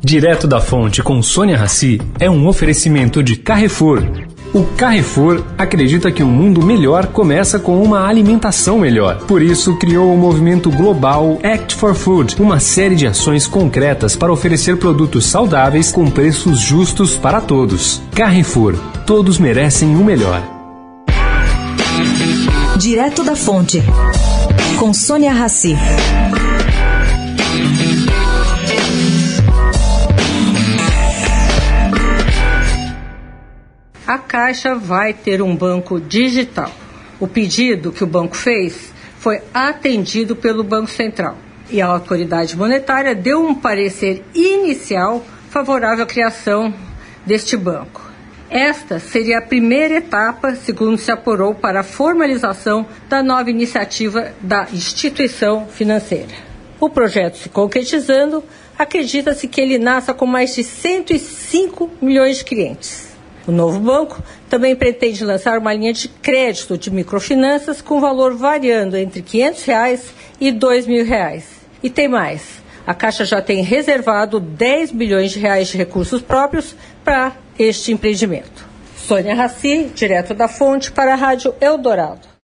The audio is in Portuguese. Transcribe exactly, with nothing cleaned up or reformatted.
Direto da Fonte com Sônia Rassi é um oferecimento de Carrefour. O Carrefour acredita que um mundo melhor começa com uma alimentação melhor. Por isso, criou o movimento global Act for Food, uma série de ações concretas para oferecer produtos saudáveis com preços justos para todos. Carrefour, todos merecem o melhor. Direto da Fonte, com Sônia Rassi. A Caixa vai ter um banco digital. O pedido que o banco fez foi atendido pelo Banco Central e a autoridade monetária deu um parecer inicial favorável à criação deste banco. Esta seria a primeira etapa, segundo se apurou, para a formalização da nova iniciativa da instituição financeira. O projeto se concretizando, acredita-se que ele nasça com mais de cento e cinco milhões de clientes. O novo banco também pretende lançar uma linha de crédito de microfinanças com valor variando entre quinhentos reais e dois mil reais. E tem mais, a Caixa já tem reservado dez bilhões de reais de recursos próprios para este empreendimento. Sônia Rassi, direto da Fonte, para a Rádio Eldorado.